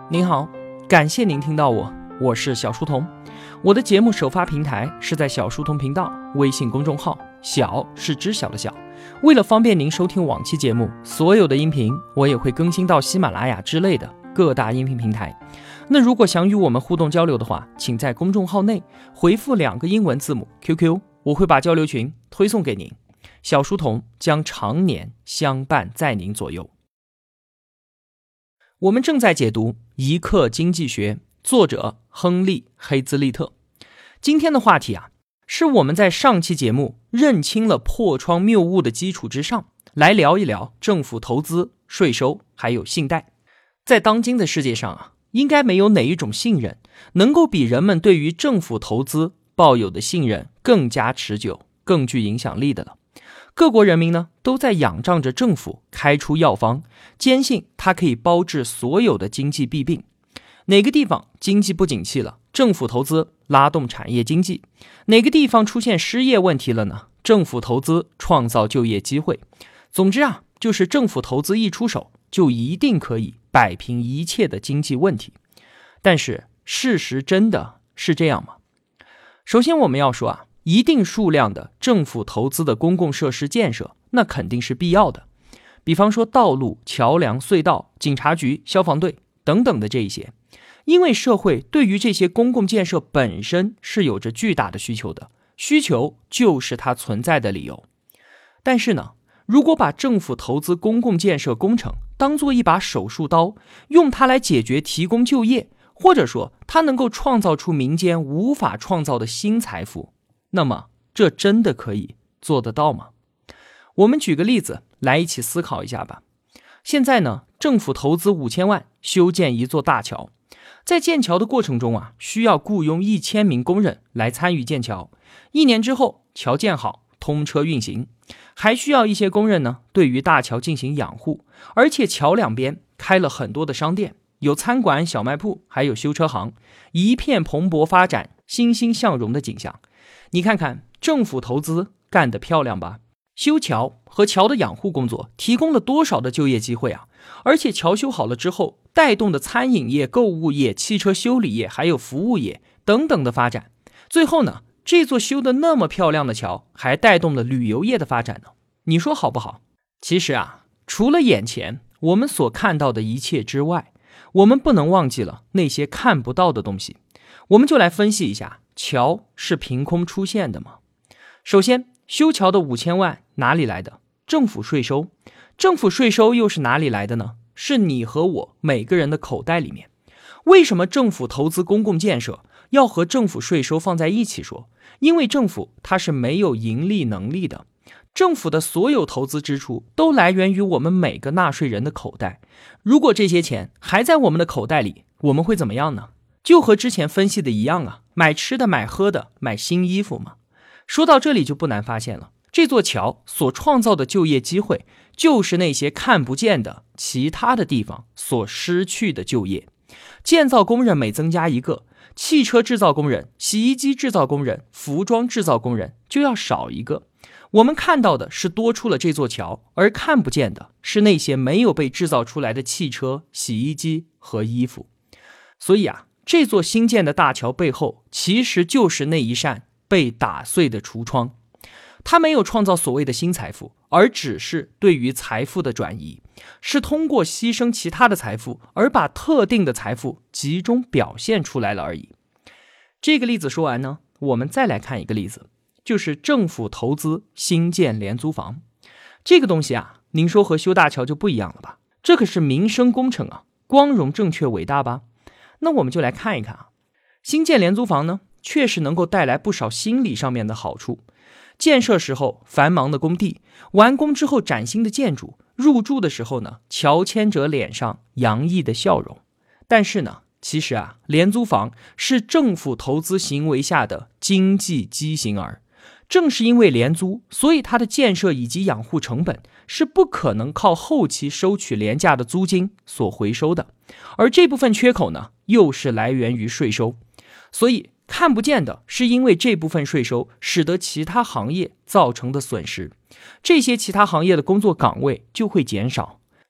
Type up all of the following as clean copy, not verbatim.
您好，感谢您听到我是小书童。我的节目首发平台是在小书童频道微信公众号，小是知晓的小。为了方便您收听往期节目，所有的音频我也会更新到喜马拉雅之类的各大音频平台。那如果想与我们互动交流的话，请在公众号内回复2个英文字母 QQ， 我会把交流群推送给您。小书童将常年相伴在您左右。我们正在解读《一课经济学》，作者亨利·黑兹利特。今天的话题是我们在上期节目认清了破窗谬误的基础之上，来聊一聊政府投资、税收还有信贷。在当今的世界上应该没有哪一种信任能够比人们对于政府投资抱有的信任更加持久、更具影响力的了。各国人民呢，都在仰仗着政府开出药方，坚信它可以包治所有的经济弊病。哪个地方经济不景气了，政府投资拉动产业经济；哪个地方出现失业问题了呢，政府投资创造就业机会。总之就是政府投资一出手，就一定可以摆平一切的经济问题。但是事实真的是这样吗？首先我们要说一定数量的政府投资的公共设施建设，那肯定是必要的。比方说道路、桥梁、隧道、警察局、消防队等等的这一些，因为社会对于这些公共建设本身是有着巨大的需求的，需求就是它存在的理由。但是呢，如果把政府投资公共建设工程当做一把手术刀，用它来解决提供就业，或者说它能够创造出民间无法创造的新财富，那么这真的可以做得到吗？我们举个例子来一起思考一下吧。现在呢，政府投资5000万修建一座大桥，在建桥的过程中需要雇佣1000名工人来参与建桥。1年之后，桥建好，通车运行，还需要一些工人呢，对于大桥进行养护。而且桥两边开了很多的商店，有餐馆、小卖铺，还有修车行，一片蓬勃发展、欣欣向荣的景象。你看看政府投资干得漂亮吧？修桥和桥的养护工作提供了多少的就业机会而且桥修好了之后，带动的餐饮业、购物业、汽车修理业还有服务业等等的发展。最后呢，这座修得那么漂亮的桥还带动了旅游业的发展呢。你说好不好？其实除了眼前我们所看到的一切之外，我们不能忘记了那些看不到的东西。我们就来分析一下，桥是凭空出现的吗？首先，修桥的5000万哪里来的？政府税收。政府税收又是哪里来的呢？是你和我每个人的口袋里面。为什么政府投资公共建设要和政府税收放在一起说？因为政府它是没有盈利能力的。政府的所有投资支出都来源于我们每个纳税人的口袋。如果这些钱还在我们的口袋里，我们会怎么样呢？就和之前分析的一样买吃的、买喝的、买新衣服嘛。说到这里就不难发现了，这座桥所创造的就业机会，就是那些看不见的其他的地方所失去的就业。建造工人每增加一个，汽车制造工人、洗衣机制造工人、服装制造工人就要少一个。我们看到的是多出了这座桥，而看不见的是那些没有被制造出来的汽车、洗衣机和衣服。所以这座新建的大桥背后其实就是那一扇被打碎的橱窗。它没有创造所谓的新财富，而只是对于财富的转移，是通过牺牲其他的财富而把特定的财富集中表现出来了而已。这个例子说完呢，我们再来看一个例子，就是政府投资新建廉租房。这个东西您说和修大桥就不一样了吧？这可是民生工程光荣、正确、伟大吧？那我们就来看一看新建廉租房呢，确实能够带来不少心理上面的好处。建设时候繁忙的工地，完工之后崭新的建筑，入住的时候呢，乔迁者脸上洋溢的笑容。但是呢，其实廉租房是政府投资行为下的经济畸形儿。正是因为廉租，所以它的建设以及养护成本是不可能靠后期收取廉价的租金所回收的，而这部分缺口呢，又是来源于税收。所以看不见的是因为这部分税收使得其他行业造成的损失，这些其他行业的工作岗位就会减少，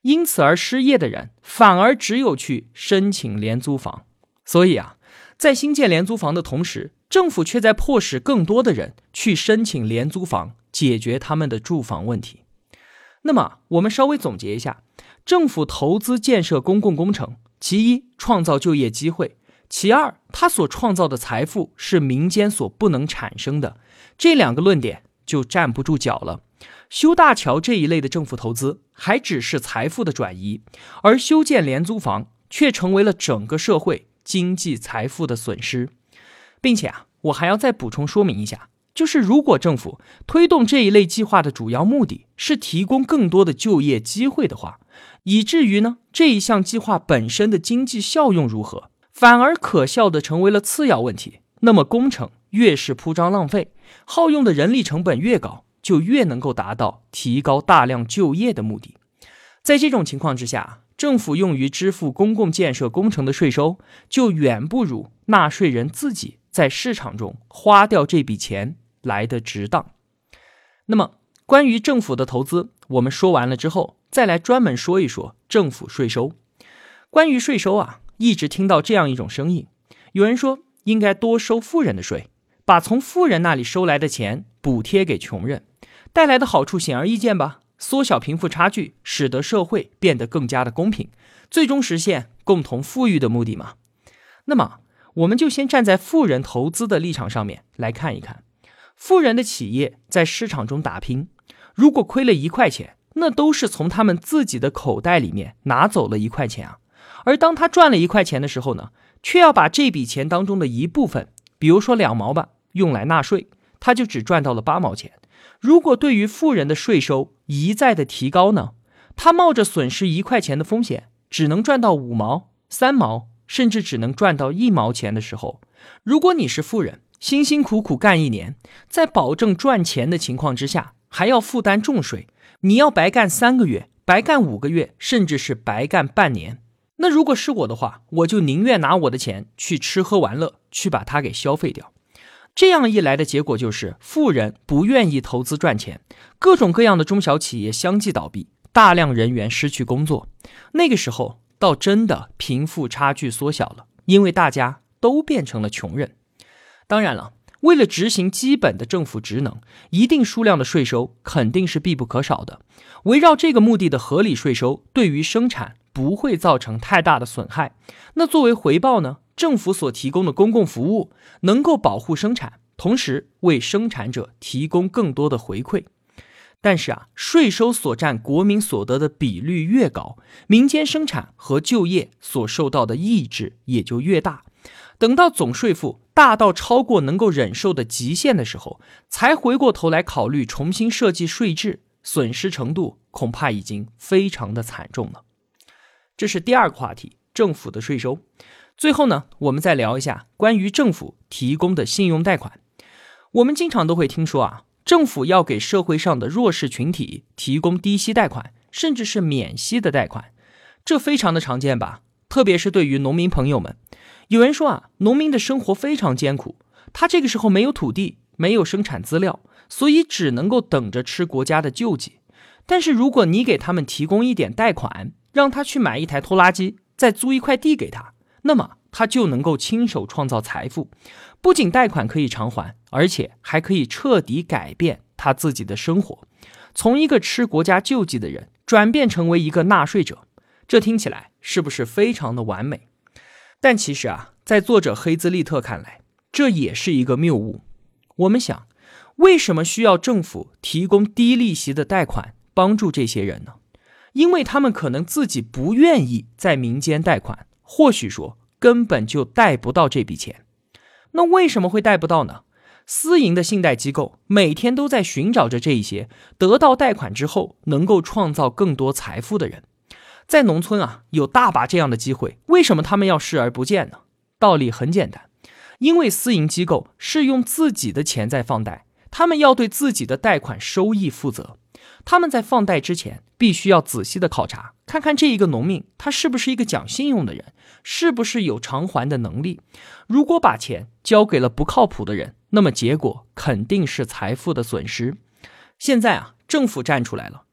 因此而失业的人反而只有去申请廉租房。所以啊，在新建廉租房的同时，政府却在迫使更多的人去申请廉租房，解决他们的住房问题。那么我们稍微总结一下，政府投资建设公共工程，其一，创造就业机会，其二，它所创造的财富是民间所不能产生的，这两个论点就站不住脚了。修大桥这一类的政府投资还只是财富的转移，而修建廉租房却成为了整个社会经济财富的损失。并且我还要再补充说明一下，就是如果政府推动这一类计划的主要目的是提供更多的就业机会的话，以至于这一项计划本身的经济效用如何，反而可笑的成为了次要问题，那么工程越是铺张浪费，耗用的人力成本越高，就越能够达到提高大量就业的目的。在这种情况之下，政府用于支付公共建设工程的税收，就远不如纳税人自己在市场中花掉这笔钱来的值当。那么关于政府的投资我们说完了之后，再来专门说一说政府税收。关于税收一直听到这样一种声音，有人说应该多收富人的税，把从富人那里收来的钱补贴给穷人，带来的好处显而易见吧，缩小贫富差距，使得社会变得更加的公平，最终实现共同富裕的目的嘛。那么我们就先站在富人投资的立场上面来看一看，富人的企业在市场中打拼，如果亏了1块钱，那都是从他们自己的口袋里面拿走了1块钱而当他赚了1块钱的时候呢，却要把这笔钱当中的一部分，比如说2毛吧，用来纳税，他就只赚到了8毛钱。如果对于富人的税收一再的提高呢，他冒着损失1块钱的风险，只能赚到5毛、3毛，甚至只能赚到1毛钱的时候，如果你是富人，辛辛苦苦干1年，在保证赚钱的情况之下，还要负担重税，你要白干3个月，白干5个月，甚至是白干半年。那如果是我的话，我就宁愿拿我的钱去吃喝玩乐，去把它给消费掉。这样一来的结果就是富人不愿意投资赚钱，各种各样的中小企业相继倒闭，大量人员失去工作。那个时候倒真的贫富差距缩小了，因为大家都变成了穷人。当然了，为了执行基本的政府职能，一定数量的税收肯定是必不可少的。围绕这个目的的合理税收，对于生产不会造成太大的损害。那作为回报呢，政府所提供的公共服务能够保护生产，同时为生产者提供更多的回馈。但是税收所占国民所得的比率越高，民间生产和就业所受到的抑制也就越大。等到总税负大到超过能够忍受的极限的时候，才回过头来考虑重新设计税制，损失程度恐怕已经非常的惨重了。这是第二个话题，政府的税收。最后呢，我们再聊一下关于政府提供的信用贷款。我们经常都会听说政府要给社会上的弱势群体提供低息贷款，甚至是免息的贷款，这非常的常见吧，特别是对于农民朋友们。有人说农民的生活非常艰苦，他这个时候没有土地，没有生产资料，所以只能够等着吃国家的救济。但是如果你给他们提供一点贷款，让他去买一台拖拉机，再租一块地给他，那么他就能够亲手创造财富，不仅贷款可以偿还，而且还可以彻底改变他自己的生活，从一个吃国家救济的人转变成为一个纳税者。这听起来是不是非常的完美？但其实在作者黑兹利特看来，这也是一个谬误。我们想，为什么需要政府提供低利息的贷款帮助这些人呢？因为他们可能自己不愿意在民间贷款，或许说根本就贷不到这笔钱。那为什么会贷不到呢？私营的信贷机构每天都在寻找着这一些得到贷款之后能够创造更多财富的人。在农村有大把这样的机会，为什么他们要视而不见呢？道理很简单，因为私营机构是用自己的钱在放贷，他们要对自己的贷款收益负责。他们在放贷之前必须要仔细的考察，看看这一个农民他是不是一个讲信用的人，是不是有偿还的能力。如果把钱交给了不靠谱的人，那么结果肯定是财富的损失。现在政府站出来了，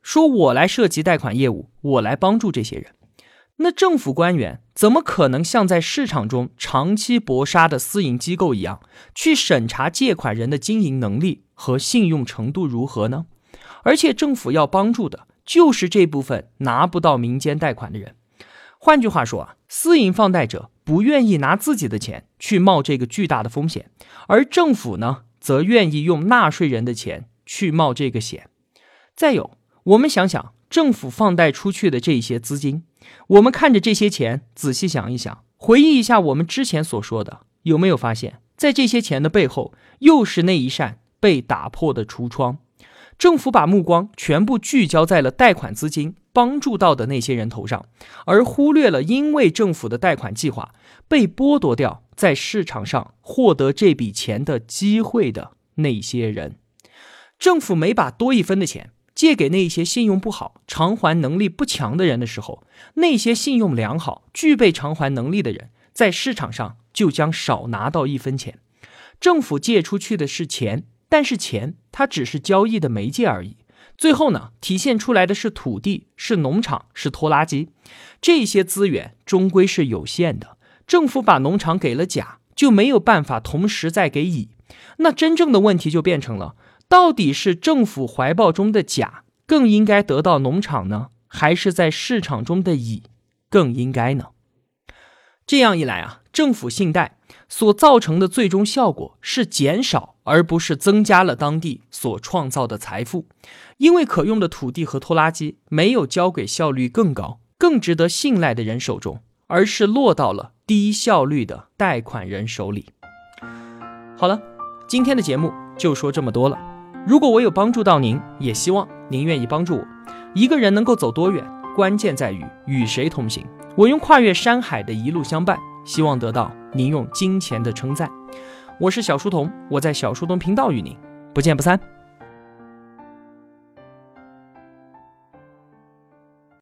说我来涉及贷款业务，我来帮助这些人。那政府官员怎么可能像在市场中长期搏杀的私营机构一样，去审查借款人的经营能力和信用程度如何呢？而且政府要帮助的就是这部分拿不到民间贷款的人。换句话说私营放贷者不愿意拿自己的钱去冒这个巨大的风险，而政府呢，则愿意用纳税人的钱去冒这个险。再有，我们想想政府放贷出去的这些资金，我们看着这些钱仔细想一想，回忆一下我们之前所说的，有没有发现在这些钱的背后又是那一扇被打破的橱窗？政府把目光全部聚焦在了贷款资金帮助到的那些人头上，而忽略了因为政府的贷款计划被剥夺掉在市场上获得这笔钱的机会的那些人。政府每把多一分的钱借给那些信用不好、偿还能力不强的人的时候，那些信用良好、具备偿还能力的人在市场上就将少拿到一分钱。政府借出去的是钱，但是钱它只是交易的媒介而已。最后呢，体现出来的是土地、是农场、是拖拉机，这些资源终归是有限的。政府把农场给了甲，就没有办法同时再给乙。那真正的问题就变成了，到底是政府怀抱中的甲更应该得到农场呢，还是在市场中的乙更应该呢？这样一来政府信贷所造成的最终效果是减少，而不是增加了当地所创造的财富。因为可用的土地和拖拉机没有交给效率更高、更值得信赖的人手中，而是落到了低效率的贷款人手里。好了，今天的节目就说这么多了。如果我有帮助到您，也希望您愿意帮助我。一个人能够走多远，关键在于与谁同行。我用跨越山海的一路相伴，希望得到您用金钱的称赞。我是小书童，我在小书童频道与您不见不散。